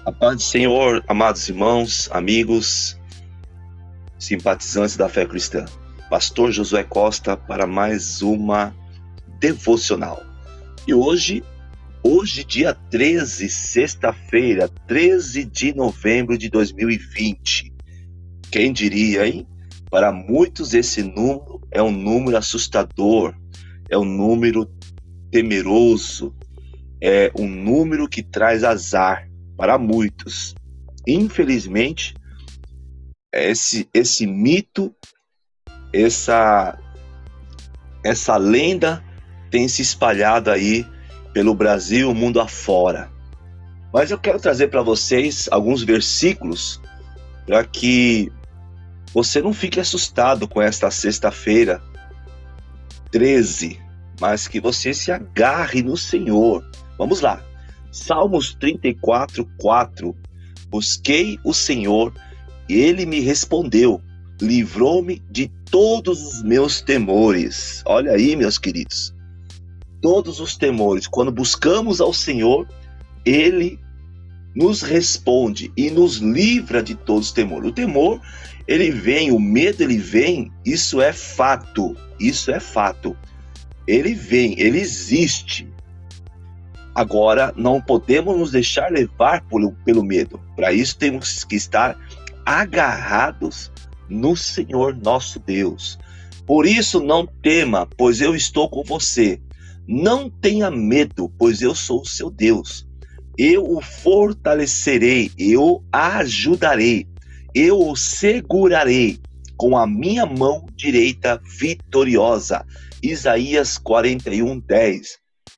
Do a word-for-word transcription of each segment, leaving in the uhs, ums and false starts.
A paz do Senhor, amados irmãos, amigos, simpatizantes da fé cristã. Pastor Josué Costa para mais uma devocional. E hoje, hoje dia treze, sexta-feira, treze de novembro de dois mil e vinte. Quem diria, hein? Para muitos esse número é um número assustador, é um número temeroso, é um número que traz azar para muitos. Infelizmente, esse, esse mito, essa, essa lenda tem se espalhado aí pelo Brasil e o mundo afora. Mas eu quero trazer para vocês alguns versículos para que você não fique assustado com esta sexta-feira treze, mas que você se agarre no Senhor. Vamos lá. Salmos trinta e quatro, quatro. Busquei o Senhor, e Ele me respondeu, livrou-me de todos os meus temores. Olha aí, meus queridos. Todos os temores. Quando buscamos ao Senhor, Ele nos responde e nos livra de todos os temores. O temor, ele vem, o medo, ele vem, isso é fato. Isso é fato. Ele vem, ele existe. Agora, não podemos nos deixar levar pelo, pelo medo. Para isso, temos que estar agarrados no Senhor nosso Deus. Por isso, não tema, pois eu estou com você. Não tenha medo, pois eu sou o seu Deus. Eu o fortalecerei, eu o ajudarei, eu o segurarei com a minha mão direita vitoriosa. Isaías quarenta e um, dez.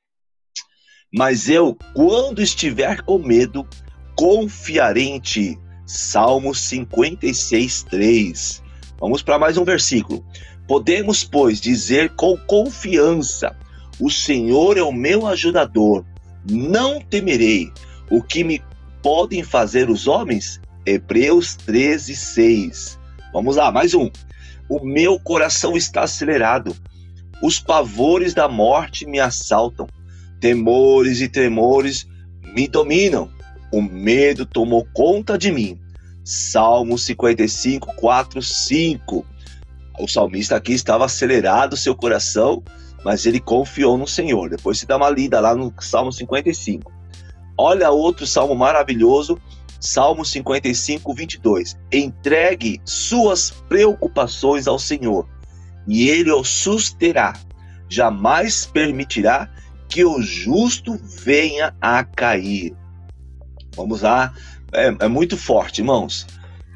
Mas eu, quando estiver com medo, confiarei em ti. Salmos cinquenta e seis, três. Vamos para mais um versículo. Podemos, pois, dizer com confiança, o Senhor é o meu ajudador, não temerei. O que me podem fazer os homens? Hebreus treze, seis. Vamos lá, mais um. O meu coração está acelerado, os pavores da morte me assaltam. Temores e tremores me dominam. O medo tomou conta de mim. Salmo cinquenta e cinco, quatro, cinco. O salmista aqui estava acelerado seu coração, mas ele confiou no Senhor. Depois se dá uma lida lá no Salmo cinquenta e cinco. Olha outro salmo maravilhoso, Salmo cinquenta e cinco, vinte e dois. Entregue suas preocupações ao Senhor, e Ele o susterá. Jamais permitirá que o justo venha a cair. Vamos lá, é, é muito forte, irmãos.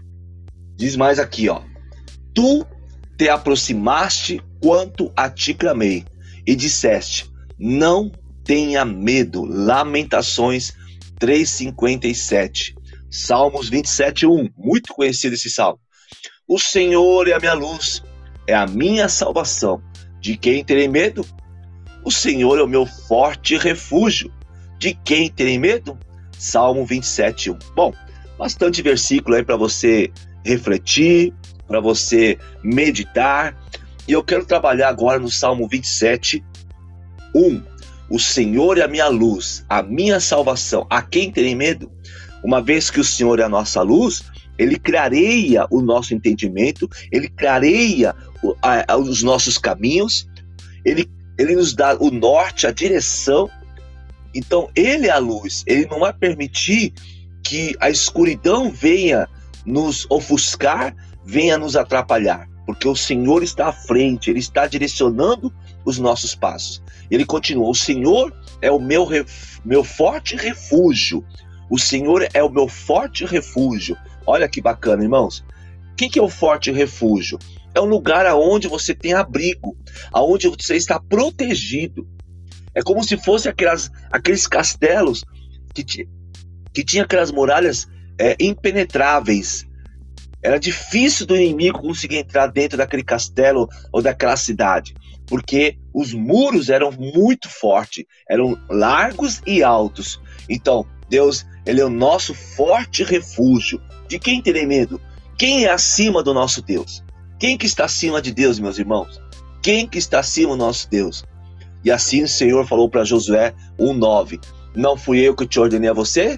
Diz mais aqui, ó. Tu te aproximaste quanto a ti clamei, e disseste, não tenha medo. Lamentações três, cinquenta e sete. Salmos vinte e sete, um. Muito conhecido esse salmo. O Senhor é a minha luz, é a minha salvação. De quem terei medo? O Senhor é o meu forte refúgio. De quem terei medo? Salmo vinte e sete, um. Bom, bastante versículo aí para você refletir, para você meditar. E eu quero trabalhar agora no Salmo vinte e sete, um. O Senhor é a minha luz, a minha salvação. A quem terei medo? Uma vez que o Senhor é a nossa luz, Ele clareia o nosso entendimento, Ele clareia o, a, os nossos caminhos, Ele Ele nos dá o norte, a direção. Então, Ele é a luz. Ele não vai permitir que a escuridão venha nos ofuscar, venha nos atrapalhar. Porque o Senhor está à frente, Ele está direcionando os nossos passos. Ele continua, o Senhor é o meu, ref, meu forte refúgio. O Senhor é o meu forte refúgio. Olha que bacana, irmãos. O que, que é o forte refúgio? É um lugar onde você tem abrigo, onde você está protegido. É como se fosse aquelas, aqueles castelos que, ti, que tinha aquelas muralhas é, impenetráveis. Era difícil do inimigo conseguir entrar dentro daquele castelo ou daquela cidade, porque os muros eram muito fortes, eram largos e altos. Então, Deus, Ele é o nosso forte refúgio. De quem terei medo? Quem é acima do nosso Deus? Quem que está acima de Deus, meus irmãos? Quem que está acima do nosso Deus? E assim o Senhor falou para Josué um, nove. Não fui eu que te ordenei a você?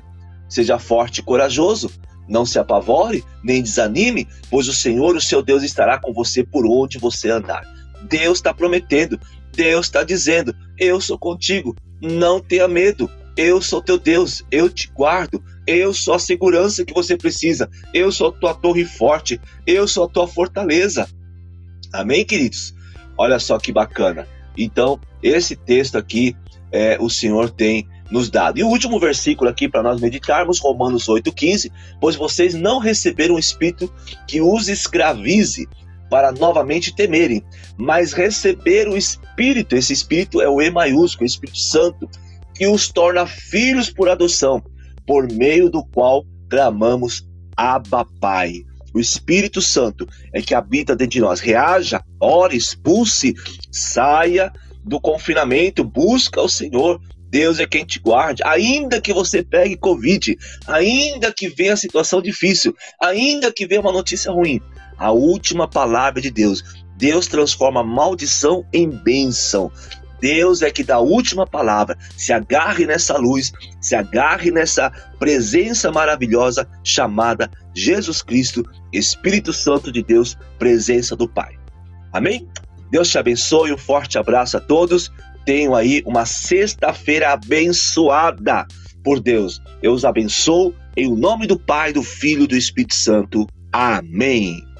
Seja forte e corajoso. Não se apavore, nem desanime, pois o Senhor, o seu Deus, estará com você por onde você andar. Deus está prometendo, Deus está dizendo, eu sou contigo, não tenha medo, eu sou teu Deus, eu te guardo, eu sou a segurança que você precisa, eu sou a tua torre forte, eu sou a tua fortaleza. Amém, queridos? Olha só que bacana. Então, esse texto aqui, é, o Senhor tem nos dado. E o último versículo aqui para nós meditarmos, Romanos oito, quinze, pois vocês não receberam um espírito que os escravize para novamente temerem, mas receberam o Espírito, esse Espírito é o E maiúsculo, o Espírito Santo, que os torna filhos por adoção, por meio do qual clamamos Abba Pai. O Espírito Santo é que habita dentro de nós. Reaja, ore, expulse, saia do confinamento, busca o Senhor. Deus é quem te guarde, ainda que você pegue Covid, ainda que venha a situação difícil, ainda que venha uma notícia ruim. A última palavra de Deus. Deus transforma maldição em bênção. Deus é que dá a última palavra. Se agarre nessa luz, se agarre nessa presença maravilhosa chamada Jesus Cristo, Espírito Santo de Deus, presença do Pai. Amém? Deus te abençoe, um forte abraço a todos. Tenham aí uma sexta-feira abençoada por Deus. Eu os abençoo em nome do Pai, do Filho e do Espírito Santo. Amém.